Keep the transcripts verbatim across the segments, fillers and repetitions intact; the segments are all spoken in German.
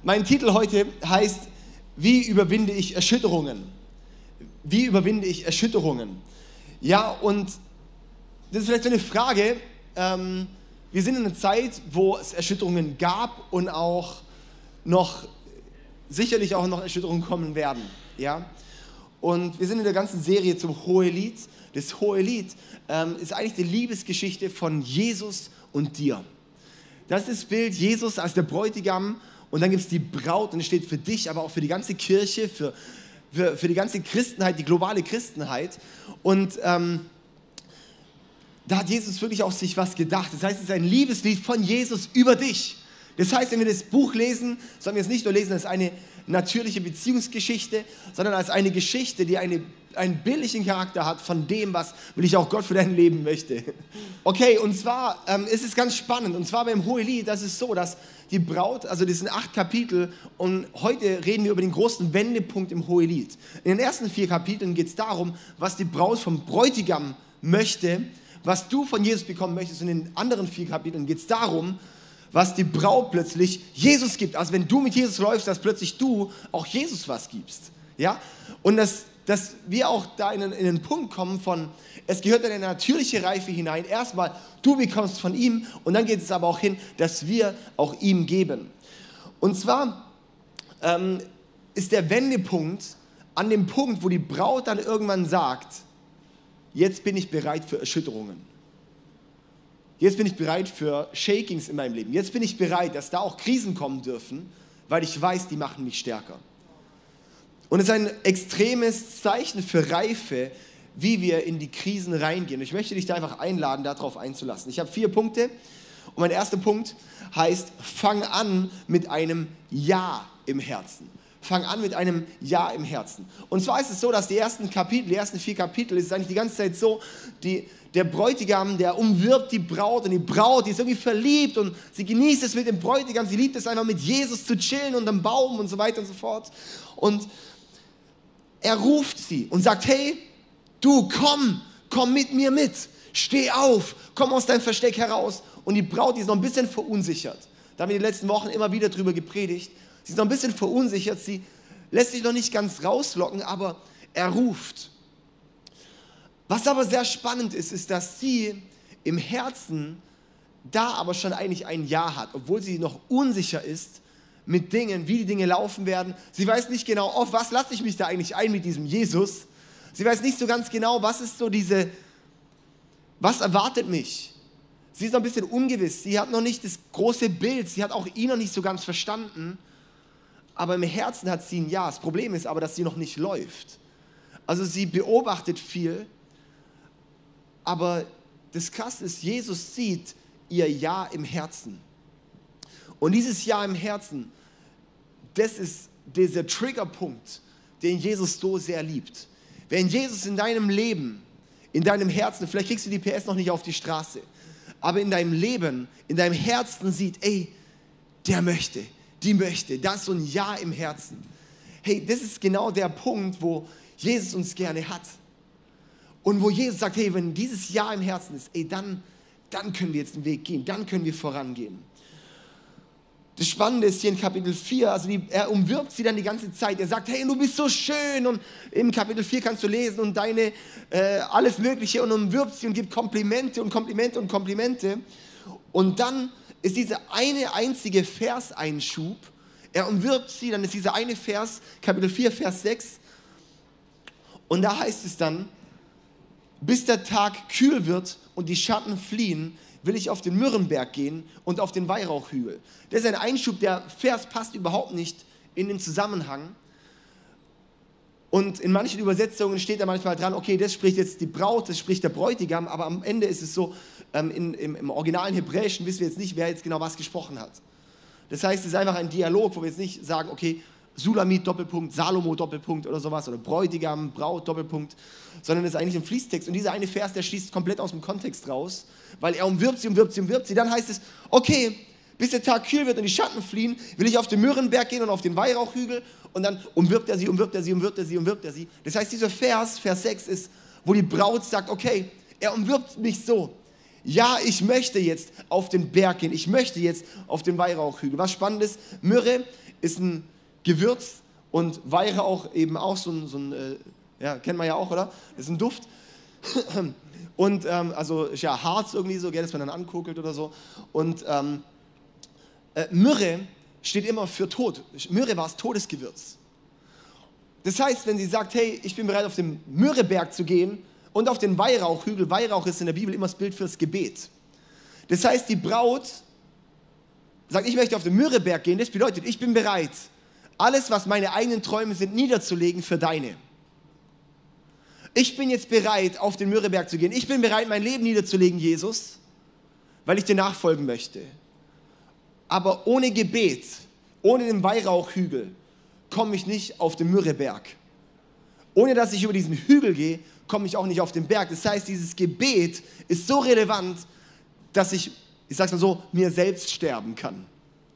Mein Titel heute heißt, wie überwinde ich Erschütterungen? Wie überwinde ich Erschütterungen? Ja, und das ist vielleicht so eine Frage. Ähm, wir sind in einer Zeit, wo es Erschütterungen gab und auch noch, sicherlich auch noch Erschütterungen kommen werden. Ja? Und wir sind in der ganzen Serie zum Hohelied. Das Hohelied ähm, ist eigentlich die Liebesgeschichte von Jesus und dir. Das ist das Bild Jesus als der Bräutigam und dann gibt es die Braut und es steht für dich, aber auch für die ganze Kirche, für, für, für die ganze Christenheit, die globale Christenheit. Und ähm, da hat Jesus wirklich auch sich was gedacht. Das heißt, es ist ein Liebeslied von Jesus über dich. Das heißt, wenn wir das Buch lesen, sollen wir es nicht nur lesen als eine natürliche Beziehungsgeschichte, sondern als eine Geschichte, die eine, einen bildlichen Charakter hat von dem, was will ich auch Gott für dein Leben möchte. Okay, und zwar ähm, ist es ganz spannend. Und zwar beim Hohelied, das ist so, dass die Braut, also das sind acht Kapitel und heute reden wir über den großen Wendepunkt im Hohelied. In den ersten vier Kapiteln geht es darum, was die Braut vom Bräutigam möchte, was du von Jesus bekommen möchtest. Und in den anderen vier Kapiteln geht es darum, was die Braut plötzlich Jesus gibt. Also wenn du mit Jesus läufst, dass plötzlich du auch Jesus was gibst. Ja? Und dass, dass wir auch da in, in den Punkt kommen von, es gehört in eine natürliche Reife hinein. Erstmal, du bekommst von ihm und dann geht es aber auch hin, dass wir auch ihm geben. Und zwar ähm, ist der Wendepunkt an dem Punkt, wo die Braut dann irgendwann sagt, jetzt bin ich bereit für Erschütterungen. Jetzt bin ich bereit für Shakings in meinem Leben. Jetzt bin ich bereit, dass da auch Krisen kommen dürfen, weil ich weiß, die machen mich stärker. Und es ist ein extremes Zeichen für Reife, wie wir in die Krisen reingehen. Ich möchte dich da einfach einladen, darauf einzulassen. Ich habe vier Punkte und mein erster Punkt heißt, fang an mit einem Ja im Herzen. Fang an mit einem Ja im Herzen. Und zwar ist es so, dass die ersten Kapitel, die ersten vier Kapitel, ist es eigentlich die ganze Zeit so, die, der Bräutigam, der umwirbt die Braut und die Braut, die ist irgendwie verliebt und sie genießt es mit dem Bräutigam, sie liebt es einfach mit Jesus zu chillen und am Baum und so weiter und so fort. Und er ruft sie und sagt, hey, du komm, komm mit mir mit, steh auf, komm aus deinem Versteck heraus. Und die Braut, die ist noch ein bisschen verunsichert. Da haben wir die letzten Wochen immer wieder drüber gepredigt. Sie ist noch ein bisschen verunsichert, sie lässt sich noch nicht ganz rauslocken, aber er ruft. Was aber sehr spannend ist, ist, dass sie im Herzen da aber schon eigentlich ein Ja hat, obwohl sie noch unsicher ist mit Dingen, wie die Dinge laufen werden. Sie weiß nicht genau, auf was lasse ich mich da eigentlich ein mit diesem Jesus. Sie weiß nicht so ganz genau, was ist so diese, was erwartet mich. Sie ist noch ein bisschen ungewiss, sie hat noch nicht das große Bild, sie hat auch ihn noch nicht so ganz verstanden. Aber im Herzen hat sie ein Ja. Das Problem ist aber, dass sie noch nicht läuft. Also sie beobachtet viel, aber das Krasse ist, Jesus sieht ihr Ja im Herzen. Und dieses Ja im Herzen, das ist dieser Triggerpunkt, den Jesus so sehr liebt. Wenn Jesus in deinem Leben, in deinem Herzen, vielleicht kriegst du die P S noch nicht auf die Straße, aber in deinem Leben, in deinem Herzen sieht, ey, der möchte, die möchte, da ist so ein Ja im Herzen. Hey, das ist genau der Punkt, wo Jesus uns gerne hat. Und wo Jesus sagt, hey, wenn dieses Ja im Herzen ist, ey, dann, dann können wir jetzt den Weg gehen, dann können wir vorangehen. Das Spannende ist hier in Kapitel vier, also die, er umwirbt sie dann die ganze Zeit. Er sagt, hey, du bist so schön. Und im Kapitel vier kannst du lesen und deine, äh, alles Mögliche und umwirbt sie und gibt Komplimente und Komplimente und Komplimente. Und dann ist dieser eine einzige Verseinschub, er umwirbt sie, dann ist dieser eine Vers, Kapitel vier, Vers sechs, und da heißt es dann, bis der Tag kühl wird und die Schatten fliehen, will ich auf den Myrrenberg gehen und auf den Weihrauchhügel. Das ist ein Einschub, der Vers passt überhaupt nicht in den Zusammenhang. Und in manchen Übersetzungen steht da manchmal dran, okay, das spricht jetzt die Braut, das spricht der Bräutigam, aber am Ende ist es so, ähm, in, im, im originalen Hebräischen wissen wir jetzt nicht, wer jetzt genau was gesprochen hat. Das heißt, es ist einfach ein Dialog, wo wir jetzt nicht sagen, okay, Sulamit, Doppelpunkt, Salomo, Doppelpunkt oder sowas, oder Bräutigam, Braut, Doppelpunkt, sondern es ist eigentlich ein Fließtext. Und dieser eine Vers, der schließt komplett aus dem Kontext raus, weil er umwirbt sie, umwirbt sie, umwirbt sie. Dann heißt es, okay, bis der Tag kühl wird und die Schatten fliehen, will ich auf den Myrrenberg gehen und auf den Weihrauchhügel, und dann umwirbt er sie, umwirbt er sie, umwirbt er sie, umwirbt er sie. Das heißt, dieser Vers, Vers sechs ist, wo die Braut sagt, okay, er umwirbt mich so. Ja, ich möchte jetzt auf den Berg gehen, ich möchte jetzt auf den Weihrauchhügel. Was spannend ist, Myrrhe ist ein Gewürz und Weihrauch eben auch so ein, so ein äh, ja, kennt man ja auch, oder? Das ist ein Duft. Und ähm, also ist ja Harz irgendwie so, gell, dass man dann ankokelt oder so. Und ähm, äh, Myrrhe steht immer für Tod. Myrrhe war das Todesgewürz. Das heißt, wenn sie sagt, hey, ich bin bereit auf den Myrrheberg zu gehen und auf den Weihrauchhügel, Weihrauch ist in der Bibel immer das Bild fürs Gebet. Das heißt, die Braut sagt, ich möchte auf den Myrrheberg gehen, das bedeutet, ich bin bereit, alles, was meine eigenen Träume sind, niederzulegen für deine. Ich bin jetzt bereit, auf den Myrrheberg zu gehen. Ich bin bereit, mein Leben niederzulegen, Jesus, weil ich dir nachfolgen möchte. Aber ohne Gebet, ohne den Weihrauchhügel, komme ich nicht auf den Myrrheberg. Ohne dass ich über diesen Hügel gehe, komme ich auch nicht auf den Berg. Das heißt, dieses Gebet ist so relevant, dass ich, ich sage es mal so, mir selbst sterben kann.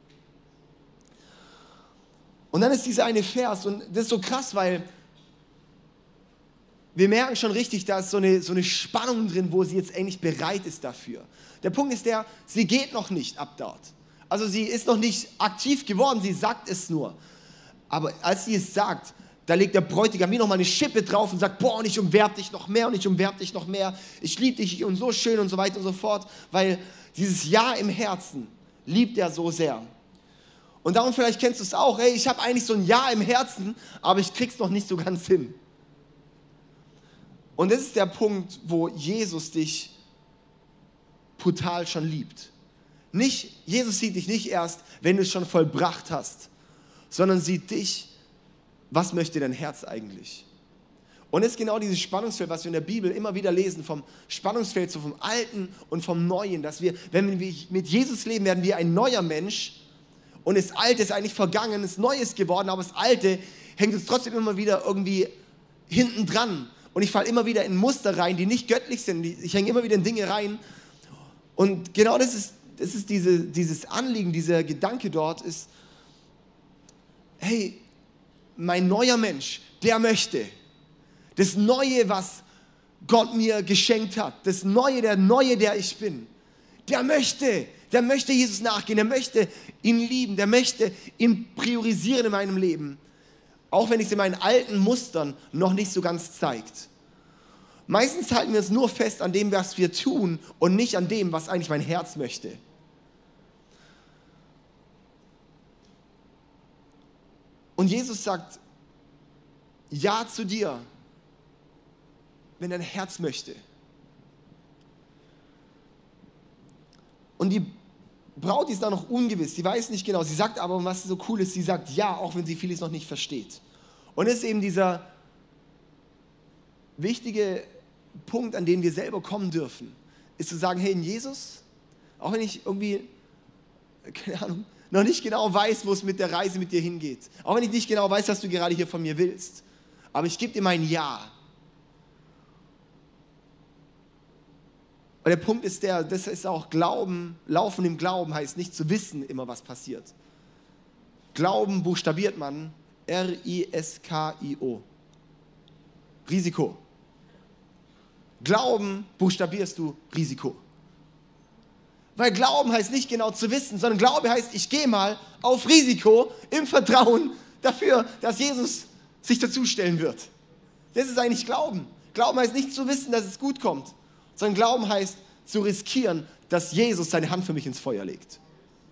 Und dann ist dieser eine Vers, und das ist so krass, weil wir merken schon richtig, da ist so eine, so eine Spannung drin, wo sie jetzt eigentlich bereit ist dafür. Der Punkt ist der, sie geht noch nicht ab dort. Also sie ist noch nicht aktiv geworden, sie sagt es nur. Aber als sie es sagt, da legt der Bräutigam wie nochmal eine Schippe drauf und sagt, boah, und ich umwerb dich noch mehr und ich umwerb dich noch mehr. Ich liebe dich und so schön und so weiter und so fort. Weil dieses Ja im Herzen liebt er so sehr. Und darum vielleicht kennst du es auch, hey, ich habe eigentlich so ein Ja im Herzen, aber ich krieg's noch nicht so ganz hin. Und das ist der Punkt, wo Jesus dich brutal schon liebt. Nicht, Jesus sieht dich nicht erst, wenn du es schon vollbracht hast, sondern sieht dich, was möchte dein Herz eigentlich? Und es ist genau dieses Spannungsfeld, was wir in der Bibel immer wieder lesen, vom Spannungsfeld so vom Alten und vom Neuen, dass wir, wenn wir mit Jesus leben, werden wir ein neuer Mensch und das Alte ist eigentlich vergangen, das Neue ist geworden, aber das Alte hängt uns trotzdem immer wieder irgendwie hinten dran. Und ich falle immer wieder in Muster rein, die nicht göttlich sind. Ich hänge immer wieder in Dinge rein. Und genau das ist, das ist diese, dieses Anliegen, dieser Gedanke dort ist, hey, mein neuer Mensch, der möchte das Neue, was Gott mir geschenkt hat, das Neue, der Neue, der ich bin, der möchte, der möchte Jesus nachgehen, der möchte ihn lieben, der möchte ihn priorisieren in meinem Leben. Auch wenn es in meinen alten Mustern noch nicht so ganz zeigt. Meistens halten wir uns nur fest an dem, was wir tun und nicht an dem, was eigentlich mein Herz möchte. Und Jesus sagt Ja zu dir, wenn dein Herz möchte. Und die Braut ist da noch ungewiss, sie weiß nicht genau, sie sagt aber, was so cool ist, sie sagt ja, auch wenn sie vieles noch nicht versteht. Und es ist eben dieser wichtige Punkt, an den wir selber kommen dürfen, ist zu sagen, hey, in Jesus, auch wenn ich irgendwie, keine Ahnung, noch nicht genau weiß, wo es mit der Reise mit dir hingeht, auch wenn ich nicht genau weiß, was du gerade hier von mir willst, aber ich gebe dir mein Ja. Und der Punkt ist der, das ist auch Glauben, Laufen im Glauben heißt nicht zu wissen immer, was passiert. Glauben buchstabiert man R I S K I O. Risiko. Glauben buchstabierst du Risiko. Weil Glauben heißt nicht genau zu wissen, sondern Glaube heißt, ich gehe mal auf Risiko im Vertrauen dafür, dass Jesus sich dazustellen wird. Das ist eigentlich Glauben. Glauben heißt nicht zu wissen, dass es gut kommt, sondern Glauben heißt zu riskieren, dass Jesus seine Hand für mich ins Feuer legt.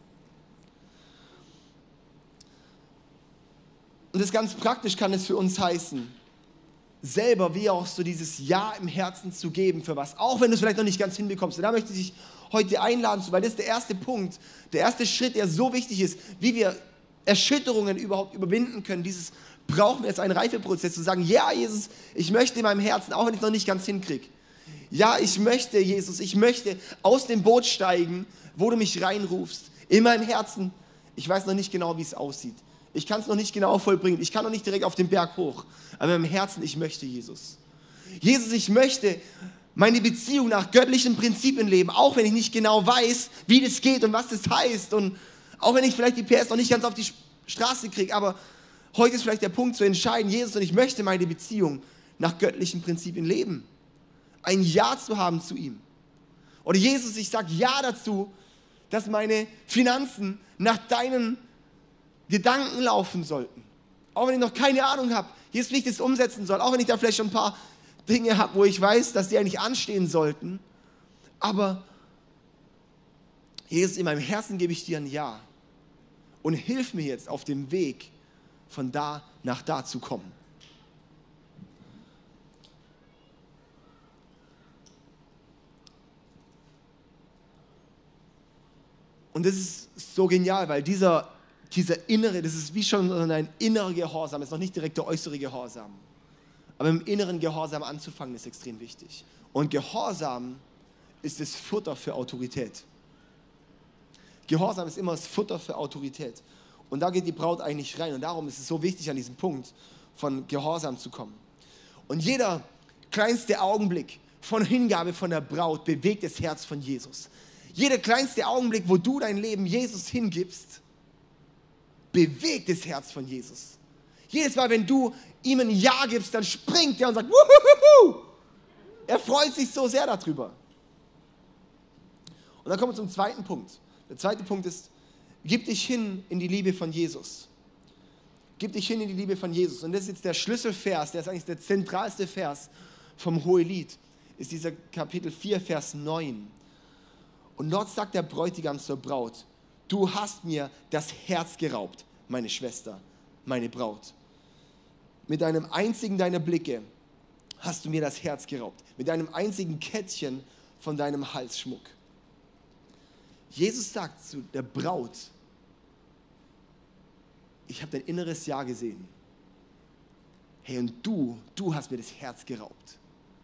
Und das ganz praktisch kann es für uns heißen, selber wie auch so dieses Ja im Herzen zu geben für was, auch wenn du es vielleicht noch nicht ganz hinbekommst. Und da möchte ich dich heute einladen, weil das ist der erste Punkt, der erste Schritt, der so wichtig ist, wie wir Erschütterungen überhaupt überwinden können. Dieses brauchen wir jetzt einen Reifeprozess, zu sagen, ja Jesus, ich möchte in meinem Herzen, auch wenn ich es noch nicht ganz hinkriege, ja, ich möchte, Jesus, ich möchte aus dem Boot steigen, wo du mich reinrufst, in meinem Herzen. Ich weiß noch nicht genau, wie es aussieht. Ich kann es noch nicht genau vollbringen. Ich kann noch nicht direkt auf den Berg hoch. Aber im Herzen, ich möchte Jesus. Jesus, ich möchte meine Beziehung nach göttlichen Prinzipien leben, auch wenn ich nicht genau weiß, wie das geht und was das heißt. Und auch wenn ich vielleicht die P S noch nicht ganz auf die Straße kriege. Aber heute ist vielleicht der Punkt zu entscheiden, Jesus, und ich möchte meine Beziehung nach göttlichen Prinzipien leben. Ein Ja zu haben zu ihm. Oder Jesus, ich sage Ja dazu, dass meine Finanzen nach deinen Gedanken laufen sollten. Auch wenn ich noch keine Ahnung habe, Jesus, wie ich das umsetzen soll. Auch wenn ich da vielleicht schon ein paar Dinge habe, wo ich weiß, dass die eigentlich anstehen sollten. Aber Jesus, in meinem Herzen gebe ich dir ein Ja. Und hilf mir jetzt auf dem Weg, von da nach da zu kommen. Und das ist so genial, weil dieser, dieser innere, das ist wie schon ein innerer Gehorsam, ist noch nicht direkt der äußere Gehorsam. Aber im inneren Gehorsam anzufangen, ist extrem wichtig. Und Gehorsam ist das Futter für Autorität. Gehorsam ist immer das Futter für Autorität. Und da geht die Braut eigentlich rein. Und darum ist es so wichtig, an diesen Punkt von Gehorsam zu kommen. Und jeder kleinste Augenblick von Hingabe von der Braut bewegt das Herz von Jesus. Jeder kleinste Augenblick, wo du dein Leben Jesus hingibst, bewegt das Herz von Jesus. Jedes Mal, wenn du ihm ein Ja gibst, dann springt er und sagt, wuhuhuhu! Er freut sich so sehr darüber. Und dann kommen wir zum zweiten Punkt. Der zweite Punkt ist, gib dich hin in die Liebe von Jesus. Gib dich hin in die Liebe von Jesus. Und das ist jetzt der Schlüsselvers, der ist eigentlich der zentralste Vers vom Hohelied, ist dieser Kapitel vier, Vers neun. Und dort sagt der Bräutigam zur Braut, du hast mir das Herz geraubt, meine Schwester, meine Braut. Mit einem einzigen deiner Blicke hast du mir das Herz geraubt. Mit einem einzigen Kettchen von deinem Halsschmuck. Jesus sagt zu der Braut, ich habe dein inneres Ja gesehen. Hey, und du, du hast mir das Herz geraubt.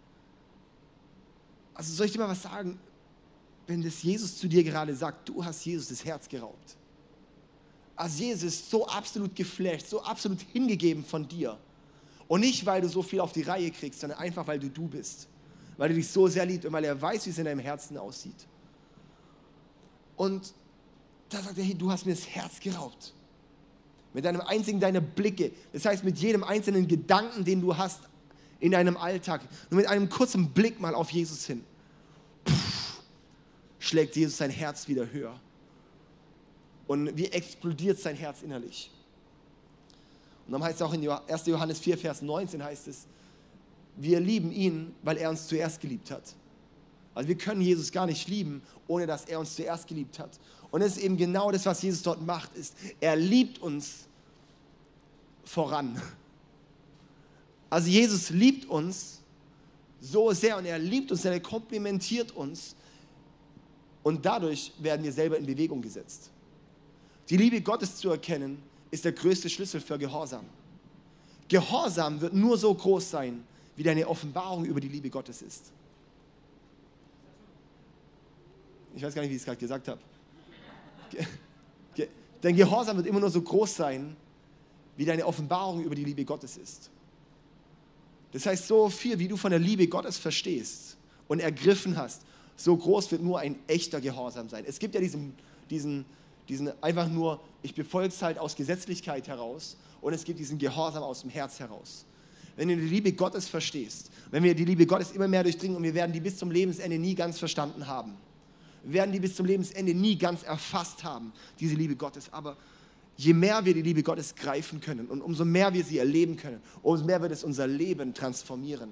Also soll ich dir mal was sagen? Wenn das Jesus zu dir gerade sagt, du hast Jesus das Herz geraubt. Also Jesus ist so absolut geflasht, so absolut hingegeben von dir. Und nicht, weil du so viel auf die Reihe kriegst, sondern einfach, weil du du bist. Weil er dich so sehr liebt und weil er weiß, wie es in deinem Herzen aussieht. Und da sagt er, hey, du hast mir das Herz geraubt. Mit einem einzigen deiner Blicke. Das heißt, mit jedem einzelnen Gedanken, den du hast in deinem Alltag. Nur mit einem kurzen Blick mal auf Jesus hin. Puh, schlägt Jesus sein Herz wieder höher. Und wie explodiert sein Herz innerlich. Und dann heißt es auch in erster Johannes vier, Vers neunzehn heißt es, wir lieben ihn, weil er uns zuerst geliebt hat. Also wir können Jesus gar nicht lieben, ohne dass er uns zuerst geliebt hat. Und das ist eben genau das, was Jesus dort macht, ist, er liebt uns voran. Also Jesus liebt uns so sehr und er liebt uns, er komplimentiert uns und dadurch werden wir selber in Bewegung gesetzt. Die Liebe Gottes zu erkennen, ist der größte Schlüssel für Gehorsam. Gehorsam wird nur so groß sein, wie deine Offenbarung über die Liebe Gottes ist. Ich weiß gar nicht, wie ich es gerade gesagt habe. Dein Gehorsam wird immer nur so groß sein, wie deine Offenbarung über die Liebe Gottes ist. Das heißt, so viel, wie du von der Liebe Gottes verstehst und ergriffen hast, so groß wird nur ein echter Gehorsam sein. Es gibt ja diesen, diesen, diesen einfach nur, ich befolge es halt aus Gesetzlichkeit heraus und es gibt diesen Gehorsam aus dem Herz heraus. Wenn du die Liebe Gottes verstehst, wenn wir die Liebe Gottes immer mehr durchdringen und wir werden die bis zum Lebensende nie ganz verstanden haben, wir werden die bis zum Lebensende nie ganz erfasst haben, diese Liebe Gottes. Aber je mehr wir die Liebe Gottes greifen können und umso mehr wir sie erleben können, umso mehr wird es unser Leben transformieren.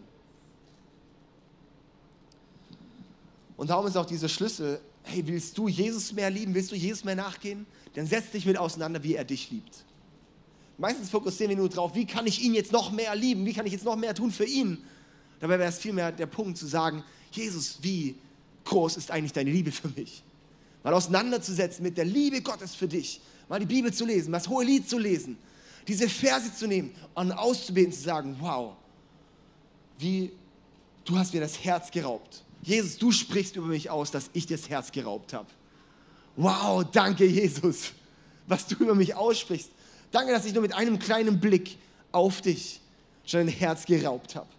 Und darum ist auch dieser Schlüssel, hey, willst du Jesus mehr lieben, willst du Jesus mehr nachgehen, dann setz dich mit auseinander, wie er dich liebt. Meistens fokussieren wir nur drauf, wie kann ich ihn jetzt noch mehr lieben, wie kann ich jetzt noch mehr tun für ihn. Dabei wäre es vielmehr der Punkt zu sagen, Jesus, wie groß ist eigentlich deine Liebe für mich? Mal auseinanderzusetzen mit der Liebe Gottes für dich, mal die Bibel zu lesen, mal das Hohelied zu lesen, diese Verse zu nehmen und auszubeten, zu sagen, wow, wie, du hast mir das Herz geraubt. Jesus, du sprichst über mich aus, dass ich dir das Herz geraubt habe. Wow, danke Jesus, was du über mich aussprichst. Danke, dass ich nur mit einem kleinen Blick auf dich schon ein Herz geraubt habe.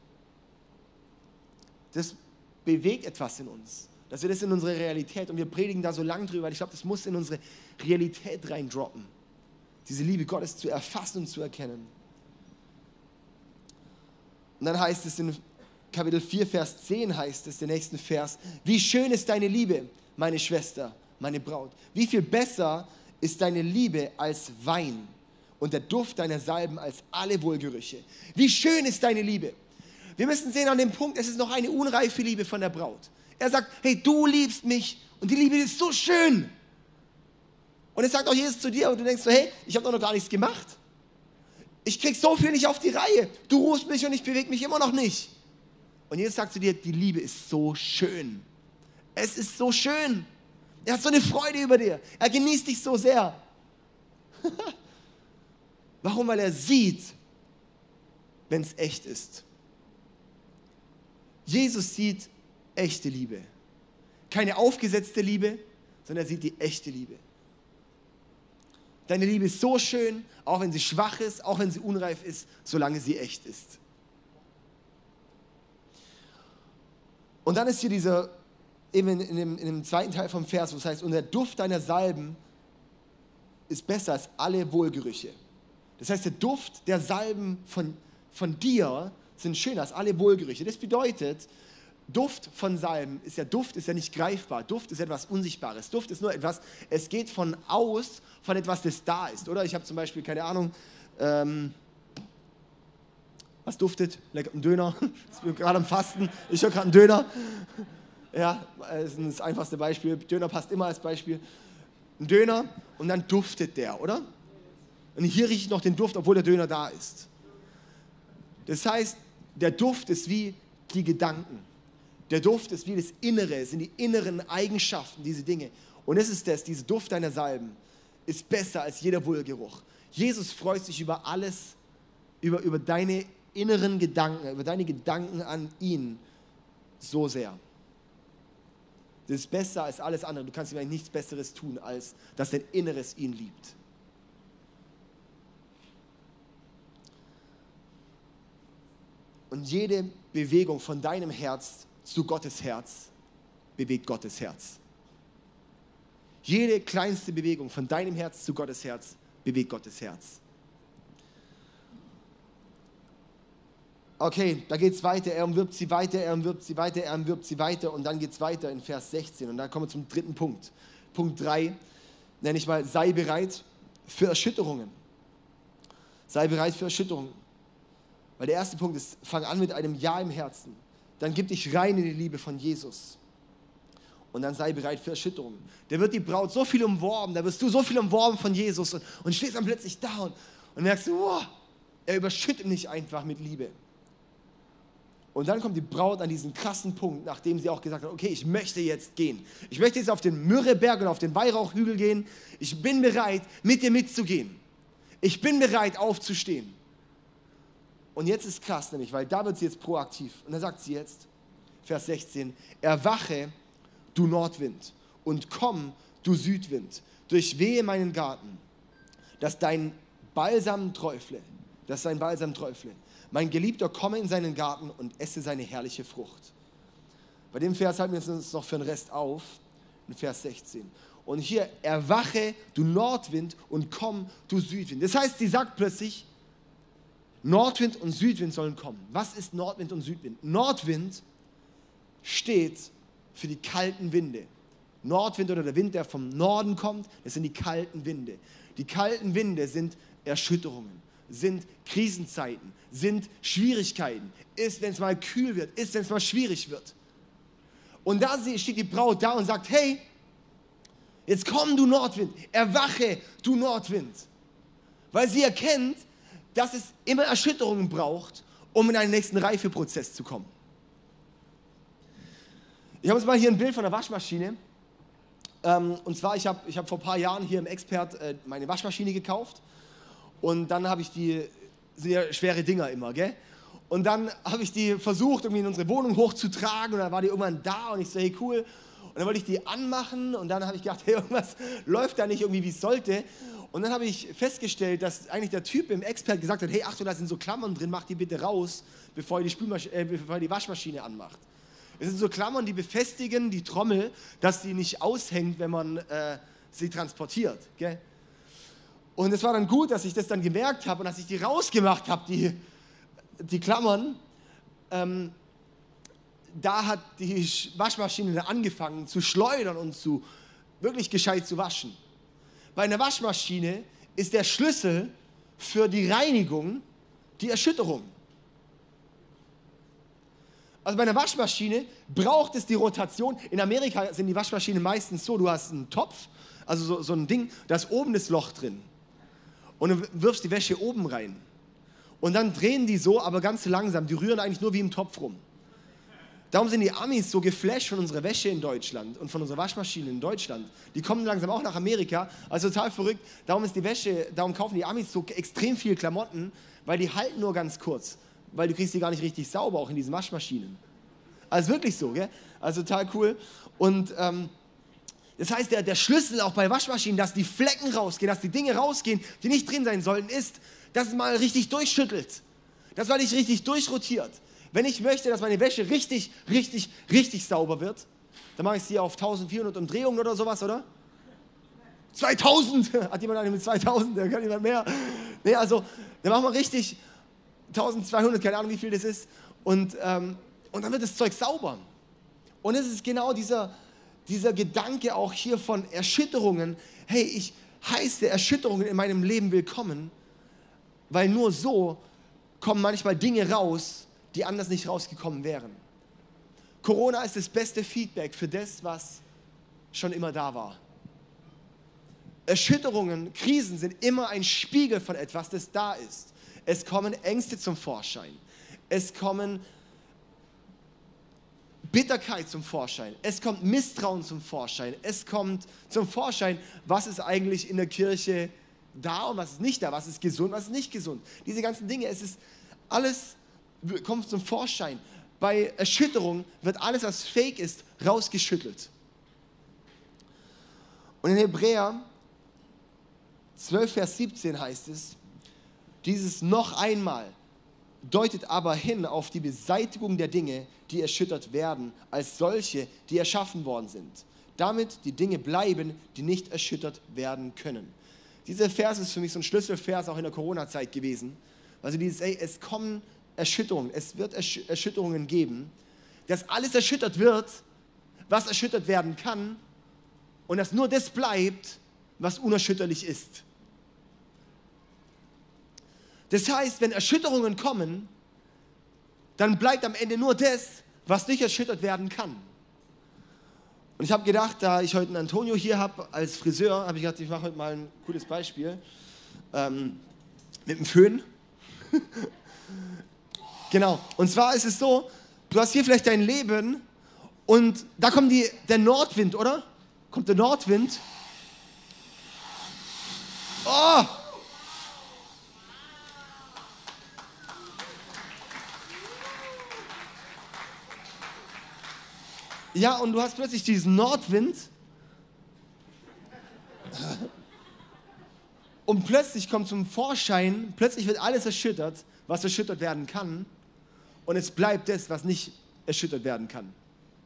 Das bewegt etwas in uns, dass wir das in unsere Realität, und wir predigen da so lang drüber, weil ich glaube, das muss in unsere Realität reindroppen, diese Liebe Gottes zu erfassen und zu erkennen. Und dann heißt es in Kapitel vier, Vers zehn heißt es, der nächsten Vers, wie schön ist deine Liebe, meine Schwester, meine Braut. Wie viel besser ist deine Liebe als Wein, und der Duft deiner Salben als alle Wohlgerüche. Wie schön ist deine Liebe. Wir müssen sehen an dem Punkt, es ist noch eine unreife Liebe von der Braut. Er sagt, hey, du liebst mich und die Liebe ist so schön. Und es sagt auch Jesus zu dir und du denkst so, hey, ich habe doch noch gar nichts gemacht. Ich krieg so viel nicht auf die Reihe. Du rufst mich und ich bewege mich immer noch nicht. Und Jesus sagt zu dir, die Liebe ist so schön. Es ist so schön. Er hat so eine Freude über dir. Er genießt dich so sehr. Warum? Weil er sieht, wenn es echt ist. Jesus sieht echte Liebe. Keine aufgesetzte Liebe, sondern er sieht die echte Liebe. Deine Liebe ist so schön, auch wenn sie schwach ist, auch wenn sie unreif ist, solange sie echt ist. Und dann ist hier dieser, eben in, in, dem, in dem zweiten Teil vom Vers, wo es heißt, und der Duft deiner Salben ist besser als alle Wohlgerüche. Das heißt, der Duft der Salben von, von dir sind schöner als alle Wohlgerüche. Das bedeutet, Duft von Salben ist ja, Duft ist ja nicht greifbar. Duft ist etwas Unsichtbares. Duft ist nur etwas, es geht von aus, von etwas, das da ist. Oder ich habe zum Beispiel, keine Ahnung, ähm, was duftet? Lecker, ein Döner. Ich bin gerade am Fasten. Ich höre gerade einen Döner. Ja, das ist das einfachste Beispiel. Döner passt immer als Beispiel. Ein Döner und dann duftet der, oder? Und hier rieche ich noch den Duft, obwohl der Döner da ist. Das heißt, der Duft ist wie die Gedanken. Der Duft ist wie das Innere, es sind die inneren Eigenschaften, diese Dinge. Und es ist das, dieser Duft deiner Salben ist besser als jeder Wohlgeruch. Jesus freut sich über alles, über, über deine inneren Gedanken, über deine Gedanken an ihn so sehr. Das ist besser als alles andere. Du kannst ihm eigentlich nichts Besseres tun, als dass dein Inneres ihn liebt. Und jede Bewegung von deinem Herz zu Gottes Herz bewegt Gottes Herz. Jede kleinste Bewegung von deinem Herz zu Gottes Herz bewegt Gottes Herz. Okay, da geht es weiter. Er umwirbt sie weiter, er umwirbt sie weiter, er umwirbt sie weiter. Und dann geht es weiter in Vers sechzehn. Und dann kommen wir zum dritten Punkt. Punkt drei nenne ich mal, sei bereit für Erschütterungen. Sei bereit für Erschütterungen. Weil der erste Punkt ist, fang an mit einem Ja im Herzen. Dann gib dich rein in die Liebe von Jesus. Und dann sei bereit für Erschütterungen. Da wird die Braut so viel umworben, da wirst du so viel umworben von Jesus und, und stehst dann plötzlich da und, und merkst, wow, er überschüttet mich einfach mit Liebe. Und dann kommt die Braut an diesen krassen Punkt, nachdem sie auch gesagt hat, okay, ich möchte jetzt gehen. Ich möchte jetzt auf den Myrrheberg und auf den Weihrauchhügel gehen. Ich bin bereit, mit dir mitzugehen. Ich bin bereit, aufzustehen. Und jetzt ist krass, nämlich, weil da wird sie jetzt proaktiv. Und da sagt sie jetzt, Vers sechzehn, erwache, du Nordwind, und komm, du Südwind, durchwehe meinen Garten, dass dein Balsam träufle, dass dein Balsam träufle. Mein Geliebter komme in seinen Garten und esse seine herrliche Frucht. Bei dem Vers halten wir uns noch für den Rest auf, in Vers sechzehn. Und hier, erwache, du Nordwind, und komm, du Südwind. Das heißt, sie sagt plötzlich, Nordwind und Südwind sollen kommen. Was ist Nordwind und Südwind? Nordwind steht für die kalten Winde. Nordwind oder der Wind, der vom Norden kommt, das sind die kalten Winde. Die kalten Winde sind Erschütterungen, sind Krisenzeiten, sind Schwierigkeiten. Ist, wenn es mal kühl wird, ist, wenn es mal schwierig wird. Und da steht die Braut da und sagt, hey, jetzt komm, du Nordwind, erwache, du Nordwind. Weil sie erkennt, dass es immer Erschütterungen braucht, um in einen nächsten Reifeprozess zu kommen. Ich habe uns mal hier ein Bild von der Waschmaschine. Ähm, und zwar, ich habe ich hab vor ein paar Jahren hier im Expert äh, meine Waschmaschine gekauft. Und dann habe ich die, sehr schwere Dinger immer, gell? Und dann habe ich die versucht, irgendwie in unsere Wohnung hochzutragen. Und dann war die irgendwann da und ich so, hey, cool. Und dann wollte ich die anmachen und dann habe ich gedacht, hey, irgendwas läuft da nicht irgendwie, wie es sollte. Und dann habe ich festgestellt, dass eigentlich der Typ im Expert gesagt hat, hey, Achtung, da sind so Klammern drin, mach die bitte raus, bevor ihr die, Spülmasch- äh, bevor ihr die Waschmaschine anmacht. Es sind so Klammern, die befestigen die Trommel, dass die nicht aushängt, wenn man äh, sie transportiert. Gell? Und es war dann gut, dass ich das dann gemerkt habe und dass ich die rausgemacht habe, die, die Klammern. Ähm, da hat die Waschmaschine dann angefangen zu schleudern und zu wirklich gescheit zu waschen. Bei einer Waschmaschine ist der Schlüssel für die Reinigung die Erschütterung. Also bei einer Waschmaschine braucht es die Rotation. In Amerika sind die Waschmaschinen meistens so, du hast einen Topf, also so, so ein Ding, da ist oben das Loch drin. Und du wirfst die Wäsche oben rein. Und dann drehen die so, aber ganz langsam. Die rühren eigentlich nur wie im Topf rum. Darum sind die Amis so geflasht von unserer Wäsche in Deutschland und von unserer Waschmaschine in Deutschland. Die kommen langsam auch nach Amerika, also total verrückt. Darum ist die Wäsche, darum kaufen die Amis so extrem viel Klamotten, weil die halten nur ganz kurz. Weil du kriegst die gar nicht richtig sauber, auch in diesen Waschmaschinen. Also wirklich so, gell? Also total cool. Und ähm, das heißt, der, der Schlüssel auch bei Waschmaschinen, dass die Flecken rausgehen, dass die Dinge rausgehen, die nicht drin sein sollten, ist, dass es mal richtig durchschüttelt. Dass man nicht richtig durchrotiert. Wenn ich möchte, dass meine Wäsche richtig, richtig, richtig sauber wird, dann mache ich sie auf eintausendvierhundert Umdrehungen oder sowas, oder? zweitausend! Hat jemand eine mit zweitausend? Da kann jemand mehr. Nee, also, dann machen wir richtig eintausendzweihundert, keine Ahnung, wie viel das ist. Und, ähm, und dann wird das Zeug sauber. Und es ist genau dieser, dieser Gedanke auch hier von Erschütterungen. Hey, ich heiße Erschütterungen in meinem Leben willkommen, weil nur so kommen manchmal Dinge raus, die anders nicht rausgekommen wären. Corona ist das beste Feedback für das, was schon immer da war. Erschütterungen, Krisen sind immer ein Spiegel von etwas, das da ist. Es kommen Ängste zum Vorschein. Es kommen Bitterkeit zum Vorschein. Es kommt Misstrauen zum Vorschein. Es kommt zum Vorschein, was ist eigentlich in der Kirche da und was ist nicht da, was ist gesund, was ist nicht gesund. Diese ganzen Dinge, es ist alles kommt zum Vorschein. Bei Erschütterung wird alles, was fake ist, rausgeschüttelt. Und in Hebräer zwölf, Vers siebzehn heißt es, dieses noch einmal deutet aber hin auf die Beseitigung der Dinge, die erschüttert werden, als solche, die erschaffen worden sind. Damit die Dinge bleiben, die nicht erschüttert werden können. Dieser Vers ist für mich so ein Schlüsselvers auch in der Corona-Zeit gewesen. Also dieses, ey, es kommen Erschütterungen, es wird Ersch- Erschütterungen geben, dass alles erschüttert wird, was erschüttert werden kann und dass nur das bleibt, was unerschütterlich ist. Das heißt, wenn Erschütterungen kommen, dann bleibt am Ende nur das, was nicht erschüttert werden kann. Und ich habe gedacht, da ich heute einen Antonio hier habe als Friseur, habe ich gedacht, ich mache heute mal ein cooles Beispiel ähm, mit dem Föhn. Genau, und zwar ist es so, du hast hier vielleicht dein Leben und da kommt die, der Nordwind, oder? Kommt der Nordwind. Oh! Ja, und du hast plötzlich diesen Nordwind und plötzlich kommt zum Vorschein, plötzlich wird alles erschüttert, was erschüttert werden kann. Und es bleibt das, was nicht erschüttert werden kann.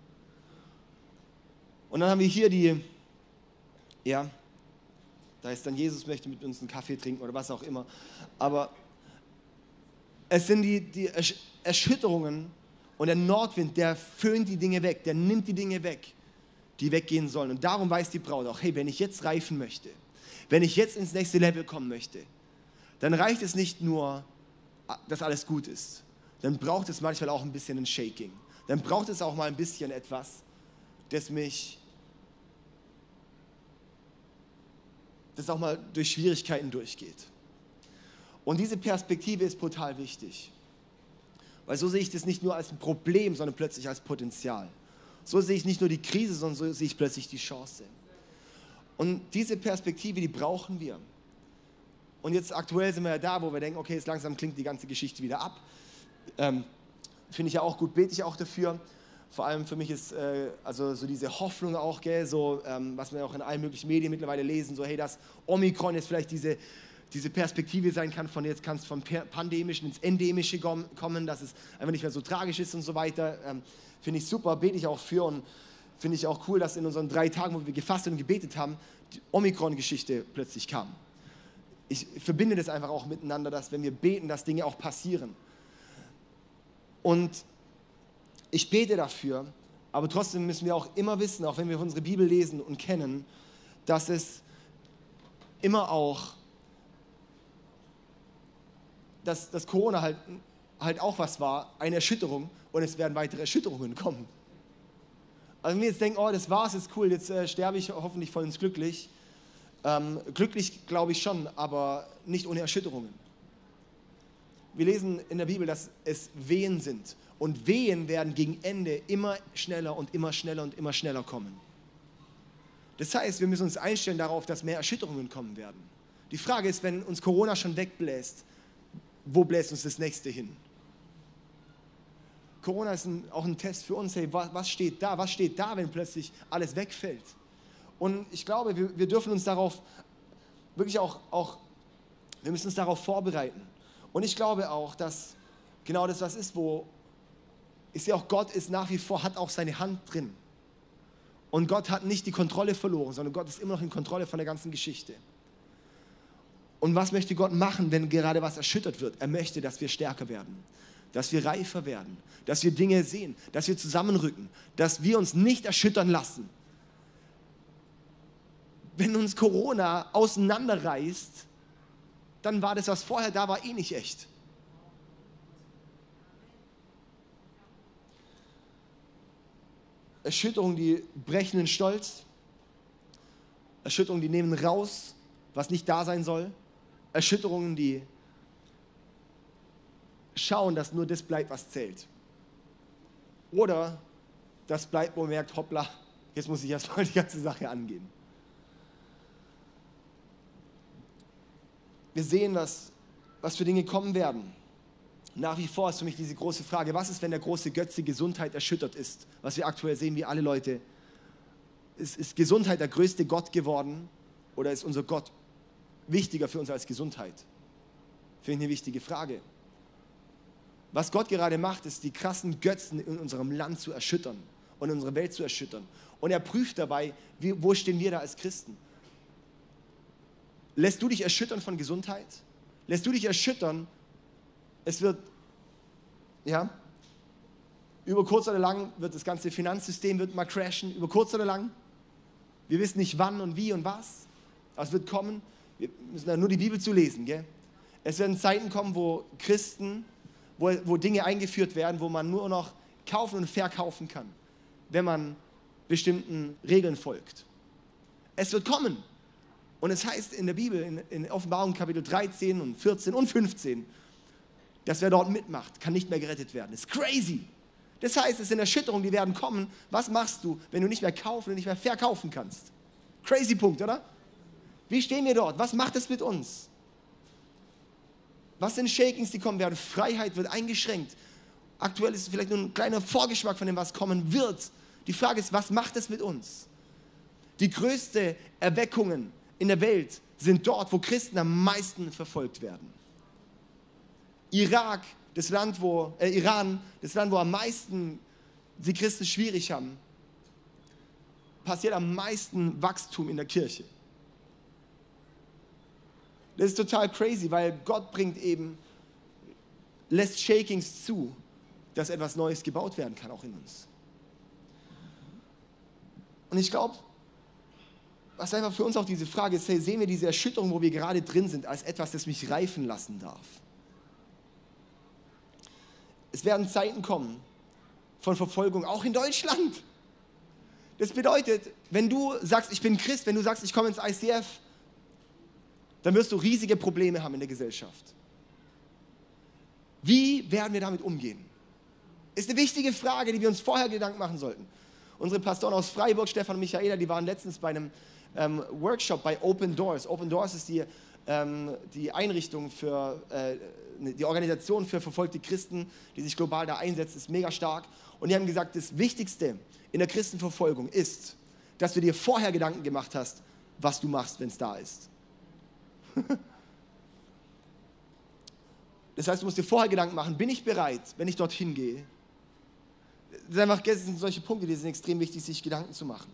Und dann haben wir hier die, ja, da ist dann Jesus möchte mit uns einen Kaffee trinken oder was auch immer. Aber es sind die, die Erschütterungen und der Nordwind, der föhnt die Dinge weg, der nimmt die Dinge weg, die weggehen sollen. Und darum weiß die Braut auch, hey, wenn ich jetzt reifen möchte, wenn ich jetzt ins nächste Level kommen möchte, dann reicht es nicht nur, dass alles gut ist. Dann braucht es manchmal auch ein bisschen ein Shaking. Dann braucht es auch mal ein bisschen etwas, das mich, das auch mal durch Schwierigkeiten durchgeht. Und diese Perspektive ist brutal wichtig. Weil so sehe ich das nicht nur als ein Problem, sondern plötzlich als Potenzial. So sehe ich nicht nur die Krise, sondern so sehe ich plötzlich die Chance. Und diese Perspektive, die brauchen wir. Und jetzt aktuell sind wir ja da, wo wir denken, okay, jetzt langsam klingt die ganze Geschichte wieder ab. Ähm, Finde ich ja auch gut, bete ich auch dafür. Vor allem für mich ist äh, also so diese Hoffnung auch, gell, so, ähm, was wir auch in allen möglichen Medien mittlerweile lesen, so hey, dass Omikron jetzt vielleicht diese, diese Perspektive sein kann, von jetzt kann es vom Pandemischen ins Endemische kommen, dass es einfach nicht mehr so tragisch ist und so weiter. Ähm, Finde ich super, bete ich auch für und finde ich auch cool, dass in unseren drei Tagen, wo wir gefastet und gebetet haben, die Omikron-Geschichte plötzlich kam. Ich verbinde das einfach auch miteinander, dass wenn wir beten, dass Dinge auch passieren. Und ich bete dafür, aber trotzdem müssen wir auch immer wissen, auch wenn wir unsere Bibel lesen und kennen, dass es immer auch dass, dass Corona halt, halt auch was war, eine Erschütterung, und es werden weitere Erschütterungen kommen. Also wenn wir jetzt denken, oh, das war's, ist cool, jetzt äh, sterbe ich hoffentlich voll ins glücklich. Ähm, glücklich glaube ich schon, aber nicht ohne Erschütterungen. Wir lesen in der Bibel, dass es Wehen sind. Und Wehen werden gegen Ende immer schneller und immer schneller und immer schneller kommen. Das heißt, wir müssen uns einstellen darauf, dass mehr Erschütterungen kommen werden. Die Frage ist, wenn uns Corona schon wegbläst, wo bläst uns das nächste hin? Corona ist ein, auch ein Test für uns. Hey, was, was steht da? Was steht da, wenn plötzlich alles wegfällt? Und ich glaube, wir, wir dürfen uns darauf wirklich auch, auch, wir müssen uns darauf vorbereiten. Und ich glaube auch, dass genau das was ist, wo ich sehe auch, Gott ist nach wie vor, hat auch seine Hand drin. Und Gott hat nicht die Kontrolle verloren, sondern Gott ist immer noch in Kontrolle von der ganzen Geschichte. Und was möchte Gott machen, wenn gerade was erschüttert wird? Er möchte, dass wir stärker werden, dass wir reifer werden, dass wir Dinge sehen, dass wir zusammenrücken, dass wir uns nicht erschüttern lassen. Wenn uns Corona auseinanderreißt, dann war das, was vorher da war, eh nicht echt. Erschütterungen, die brechen den Stolz. Erschütterungen, die nehmen raus, was nicht da sein soll. Erschütterungen, die schauen, dass nur das bleibt, was zählt. Oder das bleibt, wo man merkt, hoppla, jetzt muss ich erstmal die ganze Sache angehen. Wir sehen, was, was für Dinge kommen werden. Nach wie vor ist für mich diese große Frage, was ist, wenn der große Götze Gesundheit erschüttert ist? Was wir aktuell sehen, wie alle Leute. Ist, ist Gesundheit der größte Gott geworden oder ist unser Gott wichtiger für uns als Gesundheit? Finde ich eine wichtige Frage. Was Gott gerade macht, ist, die krassen Götzen in unserem Land zu erschüttern und in unserer Welt zu erschüttern. Und er prüft dabei, wie, wo stehen wir da als Christen? Lässt du dich erschüttern von Gesundheit? Lässt du dich erschüttern? Es wird, ja, über kurz oder lang wird das ganze Finanzsystem wird mal crashen, über kurz oder lang. Wir wissen nicht wann und wie und was, aber es wird kommen. Wir müssen da nur die Bibel zu lesen, gell? Es werden Zeiten kommen, wo Christen, wo, wo Dinge eingeführt werden, wo man nur noch kaufen und verkaufen kann, wenn man bestimmten Regeln folgt. Es wird kommen. Und es heißt in der Bibel, in, in Offenbarung Kapitel dreizehn und vierzehn und fünfzehn, dass wer dort mitmacht, kann nicht mehr gerettet werden. Das ist crazy. Das heißt, es sind Erschütterungen, die werden kommen. Was machst du, wenn du nicht mehr kaufen und nicht mehr verkaufen kannst? Crazy Punkt, oder? Wie stehen wir dort? Was macht es mit uns? Was sind Shakings, die kommen werden? Freiheit wird eingeschränkt. Aktuell ist es vielleicht nur ein kleiner Vorgeschmack von dem, was kommen wird. Die Frage ist, was macht es mit uns? Die größten Erweckungen in der Welt sind dort, wo Christen am meisten verfolgt werden. Irak, das Land, wo, äh, Iran, das Land, wo am meisten die Christen schwierig haben, passiert am meisten Wachstum in der Kirche. Das ist total crazy, weil Gott bringt eben, lässt Shakings zu, dass etwas Neues gebaut werden kann, auch in uns. Und ich glaube, was einfach für uns auch diese Frage ist, hey, sehen wir diese Erschütterung, wo wir gerade drin sind, als etwas, das mich reifen lassen darf. Es werden Zeiten kommen von Verfolgung, auch in Deutschland. Das bedeutet, wenn du sagst, ich bin Christ, wenn du sagst, ich komme ins I C F, dann wirst du riesige Probleme haben in der Gesellschaft. Wie werden wir damit umgehen? Ist eine wichtige Frage, die wir uns vorher Gedanken machen sollten. Unsere Pastoren aus Freiburg, Stefan und Michaela, die waren letztens bei einem ähm, Workshop bei Open Doors. Open Doors ist die, ähm, die Einrichtung für, äh, die Organisation für verfolgte Christen, die sich global da einsetzt, ist mega stark. Und die haben gesagt, das Wichtigste in der Christenverfolgung ist, dass du dir vorher Gedanken gemacht hast, was du machst, wenn es da ist. Das heißt, du musst dir vorher Gedanken machen, bin ich bereit, wenn ich dorthin gehe? Das sind einfach das sind solche Punkte, die sind extrem wichtig, sich Gedanken zu machen.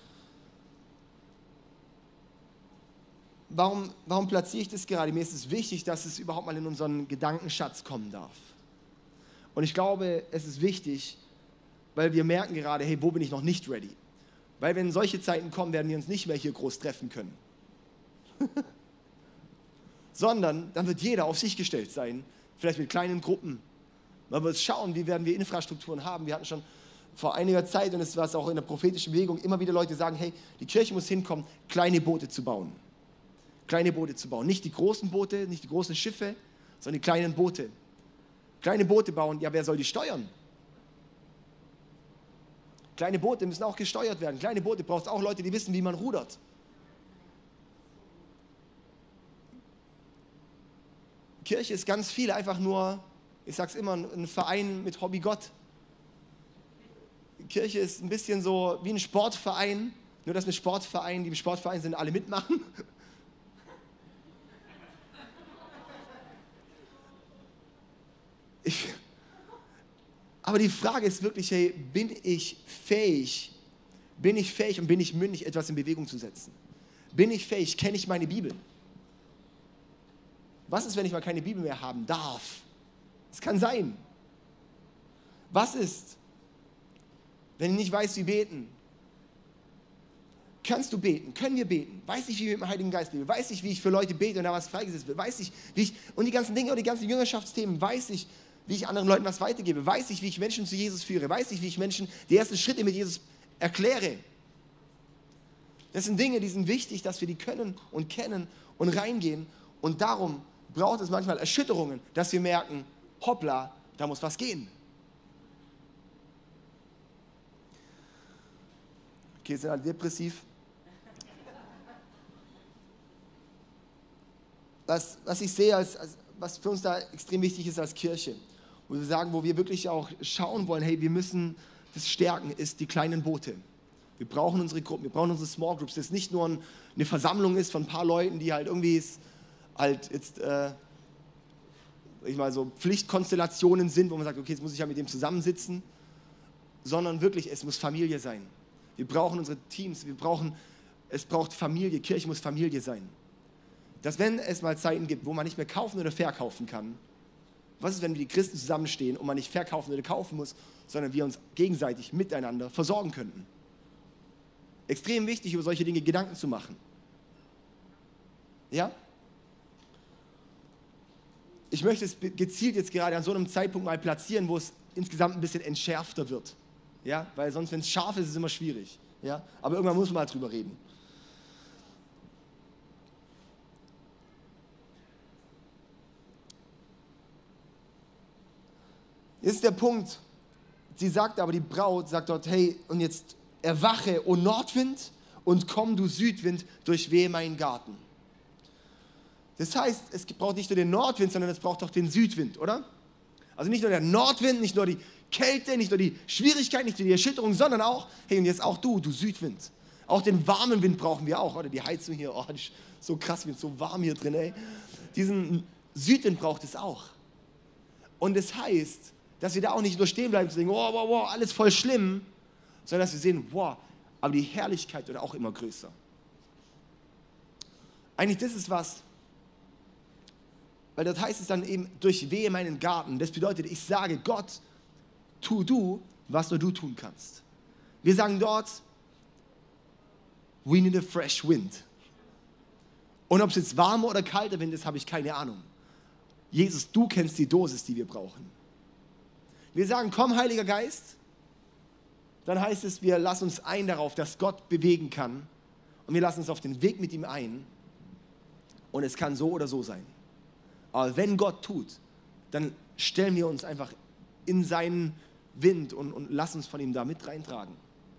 Warum, warum platziere ich das gerade? Mir ist es wichtig, dass es überhaupt mal in unseren Gedankenschatz kommen darf. Und ich glaube, es ist wichtig, weil wir merken gerade, hey, wo bin ich noch nicht ready? Weil wenn solche Zeiten kommen, werden wir uns nicht mehr hier groß treffen können. Sondern dann wird jeder auf sich gestellt sein, vielleicht mit kleinen Gruppen. Man wird schauen, wie werden wir Infrastrukturen haben. Wir hatten schon vor einiger Zeit, und es war es auch in der prophetischen Bewegung, immer wieder Leute sagen, hey, die Kirche muss hinkommen, kleine Boote zu bauen. Kleine Boote zu bauen. Nicht die großen Boote, nicht die großen Schiffe, sondern die kleinen Boote. Kleine Boote bauen, ja, wer soll die steuern? Kleine Boote müssen auch gesteuert werden. Kleine Boote braucht es auch Leute, die wissen, wie man rudert. Kirche ist ganz viel einfach nur, ich sag's immer, ein Verein mit Hobby Gott. Kirche ist ein bisschen so wie ein Sportverein, nur dass mit Sportvereinen, die im Sportverein sind, alle mitmachen. Ich, aber die Frage ist wirklich, hey, bin ich fähig, bin ich fähig und bin ich mündig, etwas in Bewegung zu setzen? Bin ich fähig, kenne ich meine Bibel? Was ist, wenn ich mal keine Bibel mehr haben darf? Es kann sein. Was ist, wenn ich nicht weiß, wie beten? Kannst du beten? Können wir beten? Weiß ich, wie ich mit dem Heiligen Geist lebe? Weiß ich, wie ich für Leute bete und da was freigesetzt wird? Weiß ich, wie ich, und die ganzen Dinge und die ganzen Jüngerschaftsthemen, weiß ich, wie ich anderen Leuten was weitergebe? Weiß ich, wie ich Menschen zu Jesus führe? Weiß ich, wie ich Menschen die ersten Schritte mit Jesus erkläre? Das sind Dinge, die sind wichtig, dass wir die können und kennen und reingehen. Und darum braucht es manchmal Erschütterungen, dass wir merken, hoppla, da muss was gehen. Okay, sind alle depressiv. Was, was ich sehe, als, als, was für uns da extrem wichtig ist als Kirche, wo wir sagen, wo wir wirklich auch schauen wollen, hey, wir müssen das stärken, ist die kleinen Boote. Wir brauchen unsere Gruppen, wir brauchen unsere Small Groups, dass es nicht nur eine Versammlung ist von ein paar Leuten, die halt irgendwie halt jetzt, äh, ich mal so Pflichtkonstellationen sind, wo man sagt, okay, jetzt muss ich ja mit dem zusammensitzen, sondern wirklich, es muss Familie sein. Wir brauchen unsere Teams, wir brauchen, es braucht Familie, Kirche muss Familie sein. Dass wenn es mal Zeiten gibt, wo man nicht mehr kaufen oder verkaufen kann, was ist, wenn wir die Christen zusammenstehen und man nicht verkaufen oder kaufen muss, sondern wir uns gegenseitig miteinander versorgen könnten? Extrem wichtig, über solche Dinge Gedanken zu machen. Ja? Ich möchte es gezielt jetzt gerade an so einem Zeitpunkt mal platzieren, wo es insgesamt ein bisschen entschärfter wird. Ja? Weil sonst, wenn es scharf ist, ist es immer schwierig. Ja? Aber irgendwann muss man mal drüber reden. Jetzt ist der Punkt, sie sagt aber, die Braut sagt dort, hey, und jetzt erwache, o Nordwind, und komm, du Südwind, durchwehe meinen Garten. Das heißt, es braucht nicht nur den Nordwind, sondern es braucht auch den Südwind, oder? Also nicht nur der Nordwind, nicht nur die Kälte, nicht nur die Schwierigkeit, nicht nur die Erschütterung, sondern auch, hey, und jetzt auch du, du Südwind. Auch den warmen Wind brauchen wir auch, oder die Heizung hier, oh, das ist so krass, wird so warm hier drin, ey. Diesen Südwind braucht es auch. Und das heißt, dass wir da auch nicht nur stehen bleiben und denken, wow, wow, wow, alles voll schlimm, sondern dass wir sehen, wow, aber die Herrlichkeit wird auch immer größer. Eigentlich das ist was, weil dort heißt es dann eben, durchwehe meinen Garten. Das bedeutet, ich sage Gott, tu du, was nur du tun kannst. Wir sagen dort, we need a fresh wind. Und ob es jetzt warmer oder kalter Wind ist, habe ich keine Ahnung. Jesus, du kennst die Dosis, die wir brauchen. Wir sagen, komm, Heiliger Geist, dann heißt es, wir lassen uns ein darauf, dass Gott bewegen kann und wir lassen uns auf den Weg mit ihm ein und es kann so oder so sein. Aber wenn Gott tut, dann stellen wir uns einfach in seinen Wind und, und lassen uns von ihm da mit reintragen.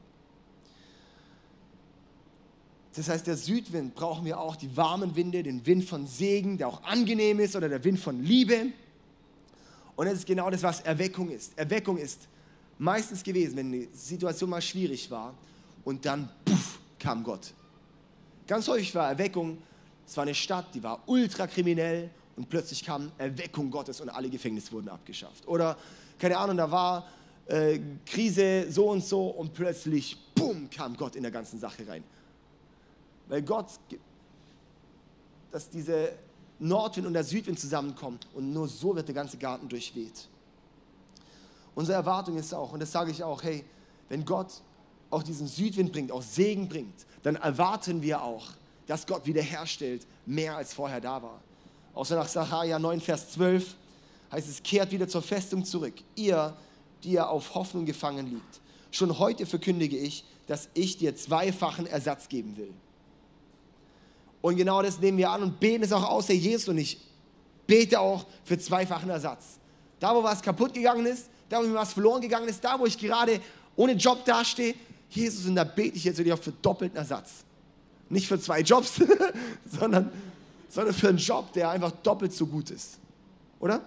Das heißt, der Südwind brauchen wir auch, die warmen Winde, den Wind von Segen, der auch angenehm ist, oder der Wind von Liebe. Und das ist genau das, was Erweckung ist. Erweckung ist meistens gewesen, wenn die Situation mal schwierig war und dann puff, kam Gott. Ganz häufig war Erweckung, es war eine Stadt, die war ultra kriminell und plötzlich kam Erweckung Gottes und alle Gefängnisse wurden abgeschafft. Oder, keine Ahnung, da war äh, Krise so und so und plötzlich, bumm, kam Gott in der ganzen Sache rein. Weil Gott, dass diese Nordwind und der Südwind zusammenkommen und nur so wird der ganze Garten durchweht. Unsere Erwartung ist auch, und das sage ich auch, hey, wenn Gott auch diesen Südwind bringt, auch Segen bringt, dann erwarten wir auch, dass Gott wiederherstellt, mehr als vorher da war. Außer nach Sacharja neun, Vers zwölf heißt es, kehrt wieder zur Festung zurück, ihr, die ihr auf Hoffnung gefangen liegt. Schon heute verkündige ich, dass ich dir zweifachen Ersatz geben will. Und genau das nehmen wir an und beten es auch aus, Herr Jesus, und ich bete auch für zweifachen Ersatz. Da, wo was kaputt gegangen ist, da, wo mir was verloren gegangen ist, da, wo ich gerade ohne Job dastehe, Jesus, und da bete ich jetzt wirklich auch für doppelten Ersatz. Nicht für zwei Jobs, sondern, sondern für einen Job, der einfach doppelt so gut ist. Oder?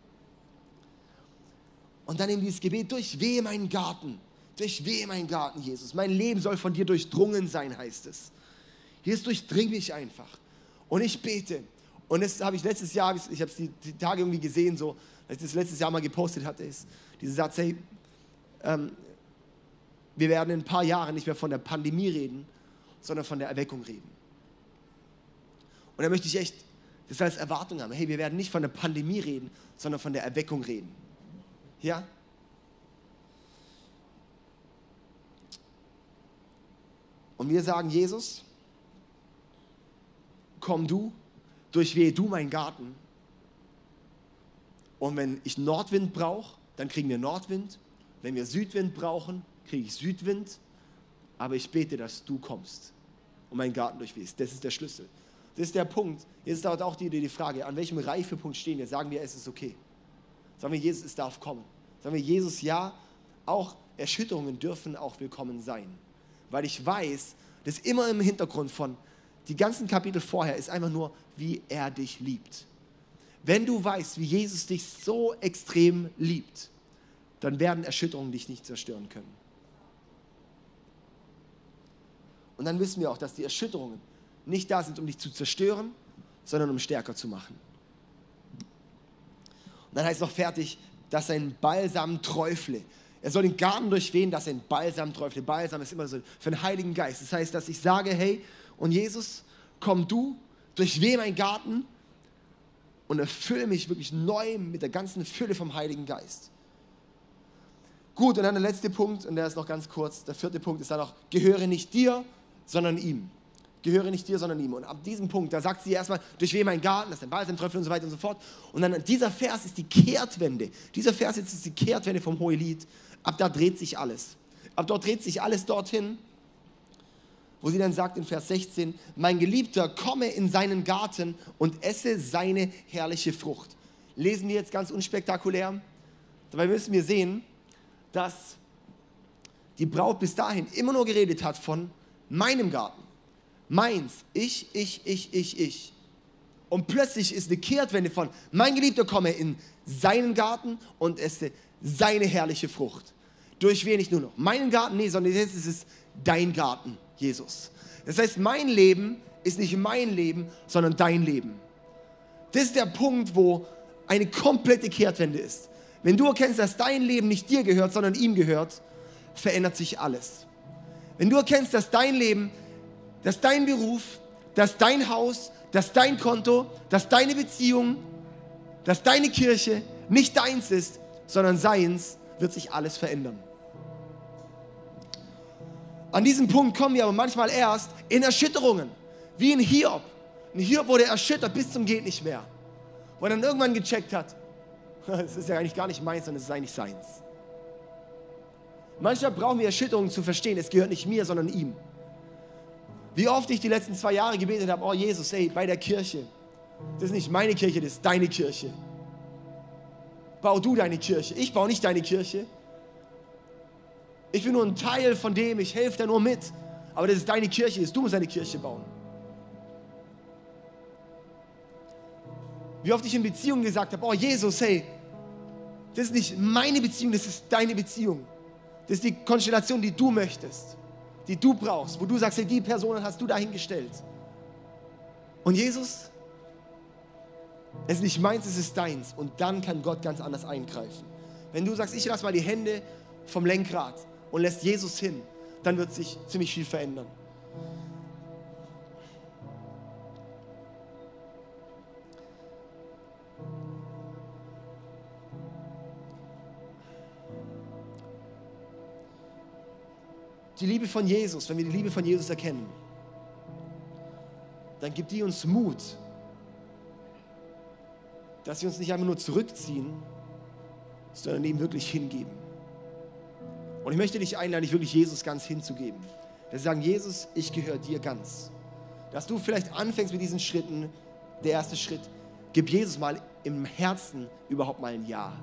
Und dann eben dieses Gebet, durchwehe meinen Garten, durchwehe meinen Garten, Jesus. Mein Leben soll von dir durchdrungen sein, heißt es. Jesus, durchdring mich einfach. Und ich bete. Und das habe ich letztes Jahr, ich habe es die, die Tage irgendwie gesehen, so, als ich das letztes Jahr mal gepostet hatte, ist dieser Satz, hey, ähm, wir werden in ein paar Jahren nicht mehr von der Pandemie reden, sondern von der Erweckung reden. Und da möchte ich echt das als Erwartung haben. Hey, wir werden nicht von der Pandemie reden, sondern von der Erweckung reden. Ja? Und wir sagen, Jesus, komm du, durchwehe du meinen Garten. Und wenn ich Nordwind brauche, dann kriegen wir Nordwind. Wenn wir Südwind brauchen, kriege ich Südwind. Aber ich bete, dass du kommst und meinen Garten durchwehst. Das ist der Schlüssel. Das ist der Punkt. Jetzt dauert auch die, die Frage, an welchem Reifepunkt stehen wir? Sagen wir, es ist okay. Sagen wir, Jesus, es darf kommen. Sagen wir, Jesus, ja, auch Erschütterungen dürfen auch willkommen sein. Weil ich weiß, dass immer im Hintergrund von die ganzen Kapitel vorher ist einfach nur, wie er dich liebt. Wenn du weißt, wie Jesus dich so extrem liebt, dann werden Erschütterungen dich nicht zerstören können. Und dann wissen wir auch, dass die Erschütterungen nicht da sind, um dich zu zerstören, sondern um stärker zu machen. Und dann heißt es noch fertig, dass ein Balsam träufle. Er soll den Garten durchwehen, dass ein Balsam träufle. Balsam ist immer so für den Heiligen Geist. Das heißt, dass ich sage, hey, und Jesus, komm du, durchwehe meinen Garten und erfülle mich wirklich neu mit der ganzen Fülle vom Heiligen Geist. Gut, und dann der letzte Punkt, und der ist noch ganz kurz, der vierte Punkt ist dann noch, gehöre nicht dir, sondern ihm. Gehöre nicht dir, sondern ihm. Und ab diesem Punkt, da sagt sie erstmal, durchwehe meinen Garten, das ist ein Balsam träufle und so weiter und so fort. Und dann dieser Vers ist die Kehrtwende. Dieser Vers jetzt ist die Kehrtwende vom Hohelied. Ab da dreht sich alles. Ab dort dreht sich alles dorthin, wo sie dann sagt in Vers sechzehn, mein Geliebter, komme in seinen Garten und esse seine herrliche Frucht. Lesen wir jetzt ganz unspektakulär. Dabei müssen wir sehen, dass die Braut bis dahin immer nur geredet hat von meinem Garten. Meins, ich, ich, ich, ich, ich. Und plötzlich ist eine Kehrtwende von, mein Geliebter komme in seinen Garten und esse seine herrliche Frucht. Durchwehe nicht nur noch meinen Garten, nee, sondern jetzt ist es dein Garten, Jesus. Das heißt, mein Leben ist nicht mein Leben, sondern dein Leben. Das ist der Punkt, wo eine komplette Kehrtwende ist. Wenn du erkennst, dass dein Leben nicht dir gehört, sondern ihm gehört, verändert sich alles. Wenn du erkennst, dass dein Leben, dass dein Beruf, dass dein Haus, dass dein Konto, dass deine Beziehung, dass deine Kirche nicht deins ist, sondern seins, wird sich alles verändern. An diesem Punkt kommen wir aber manchmal erst in Erschütterungen, wie in Hiob. Ein Hiob wurde erschüttert bis zum geht nicht mehr, wo er dann irgendwann gecheckt hat, es ist ja eigentlich gar nicht meins, sondern es ist eigentlich seins. Manchmal brauchen wir Erschütterungen zu verstehen, es gehört nicht mir, sondern ihm. Wie oft ich die letzten zwei Jahre gebetet habe, oh Jesus, ey, bei der Kirche, das ist nicht meine Kirche, das ist deine Kirche. Bau du deine Kirche, ich baue nicht deine Kirche. Ich bin nur ein Teil von dem, ich helfe da nur mit. Aber das ist deine Kirche, du musst deine Kirche bauen. Wie oft ich in Beziehungen gesagt habe, oh Jesus, hey, das ist nicht meine Beziehung, das ist deine Beziehung. Das ist die Konstellation, die du möchtest, die du brauchst, wo du sagst, hey, die Personen hast du dahingestellt. Und Jesus, es ist nicht meins, es ist deins. Und dann kann Gott ganz anders eingreifen. Wenn du sagst, ich lasse mal die Hände vom Lenkrad und lässt Jesus hin, dann wird sich ziemlich viel verändern. Die Liebe von Jesus, wenn wir die Liebe von Jesus erkennen, dann gibt die uns Mut, dass wir uns nicht einfach nur zurückziehen, sondern ihm wirklich hingeben. Und ich möchte dich einladen, dich wirklich Jesus ganz hinzugeben. Dass wir sagen, Jesus, ich gehöre dir ganz. Dass du vielleicht anfängst mit diesen Schritten, der erste Schritt, gib Jesus mal im Herzen überhaupt mal ein Ja.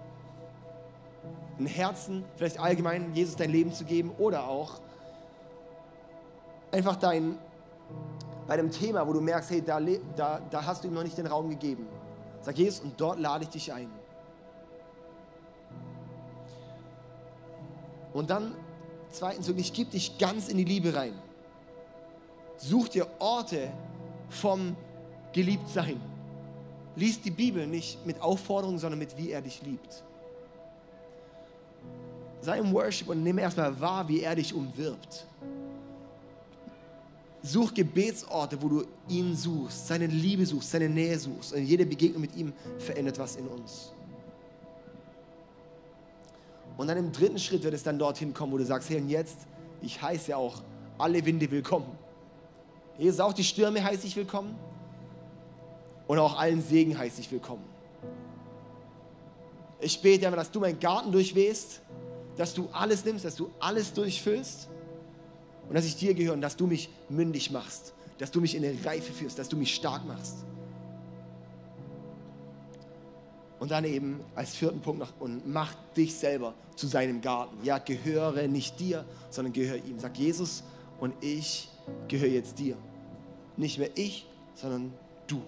Ein Herzen, vielleicht allgemein Jesus dein Leben zu geben oder auch einfach dein, bei einem Thema, wo du merkst, hey, da, da, da hast du ihm noch nicht den Raum gegeben. Sag Jesus, und dort lade ich dich ein. Und dann, zweitens, wirklich, gib dich ganz in die Liebe rein. Such dir Orte vom Geliebtsein. Lies die Bibel nicht mit Aufforderungen, sondern mit wie er dich liebt. Sei im Worship und nimm erstmal wahr, wie er dich umwirbt. Such Gebetsorte, wo du ihn suchst, seine Liebe suchst, seine Nähe suchst. Und jede Begegnung mit ihm verändert was in uns. Und dann im dritten Schritt wird es dann dorthin kommen, wo du sagst, hey, und jetzt, ich heiße ja auch alle Winde willkommen. Jesus, auch die Stürme heiße ich willkommen. Und auch allen Segen heiße ich willkommen. Ich bete einfach, dass du meinen Garten durchwehst, dass du alles nimmst, dass du alles durchfüllst und dass ich dir gehöre und dass du mich mündig machst, dass du mich in eine Reife führst, dass du mich stark machst. Und dann eben als vierten Punkt noch, und mach dich selber zu seinem Garten. Ja, gehöre nicht dir, sondern gehöre ihm. Sag Jesus, und ich gehöre jetzt dir. Nicht mehr ich, sondern du.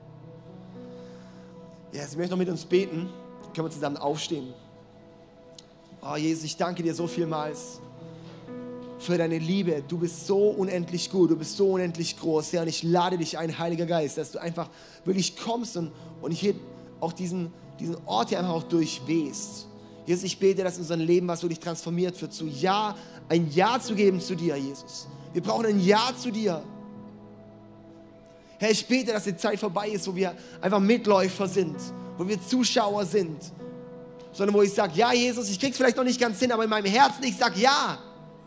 Ja, Sie möchten noch mit uns beten. Können wir zusammen aufstehen. Oh Jesus, ich danke dir so vielmals für deine Liebe. Du bist so unendlich gut, du bist so unendlich groß. Ja, und ich lade dich ein, Heiliger Geist, dass du einfach wirklich kommst und, und hier auch diesen, diesen Ort hier einfach auch durchwehst. Jesus, ich bete, dass unser Leben was wirklich transformiert wird, zu Ja, ein Ja zu geben zu dir, Jesus. Wir brauchen ein Ja zu dir. Herr, ich bete, dass die Zeit vorbei ist, wo wir einfach Mitläufer sind, wo wir Zuschauer sind, sondern wo ich sage, ja Jesus, ich krieg's vielleicht noch nicht ganz hin, aber in meinem Herzen, ich sage ja.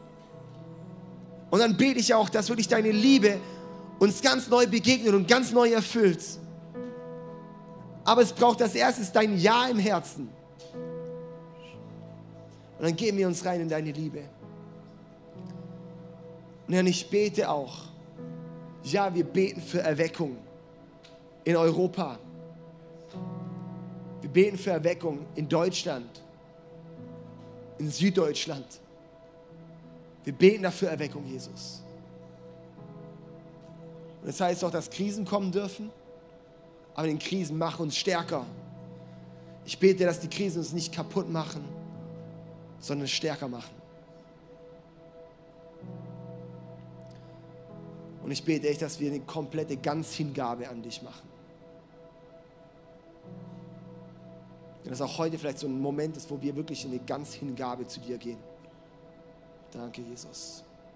Und dann bete ich auch, dass wirklich deine Liebe uns ganz neu begegnet und ganz neu erfüllt. Aber es braucht als erstes dein Ja im Herzen. Und dann geben wir uns rein in deine Liebe. Und Herr, ich bete auch, ja, wir beten für Erweckung in Europa. Wir beten für Erweckung in Deutschland, in Süddeutschland. Wir beten dafür Erweckung, Jesus. Und das heißt auch, dass Krisen kommen dürfen, aber in Krisen machen uns stärker. Ich bete, dass die Krisen uns nicht kaputt machen, sondern stärker machen. Und ich bete echt, dass wir eine komplette Ganzhingabe an dich machen. Und dass auch heute vielleicht so ein Moment ist, wo wir wirklich in eine Ganzhingabe zu dir gehen. Danke, Jesus.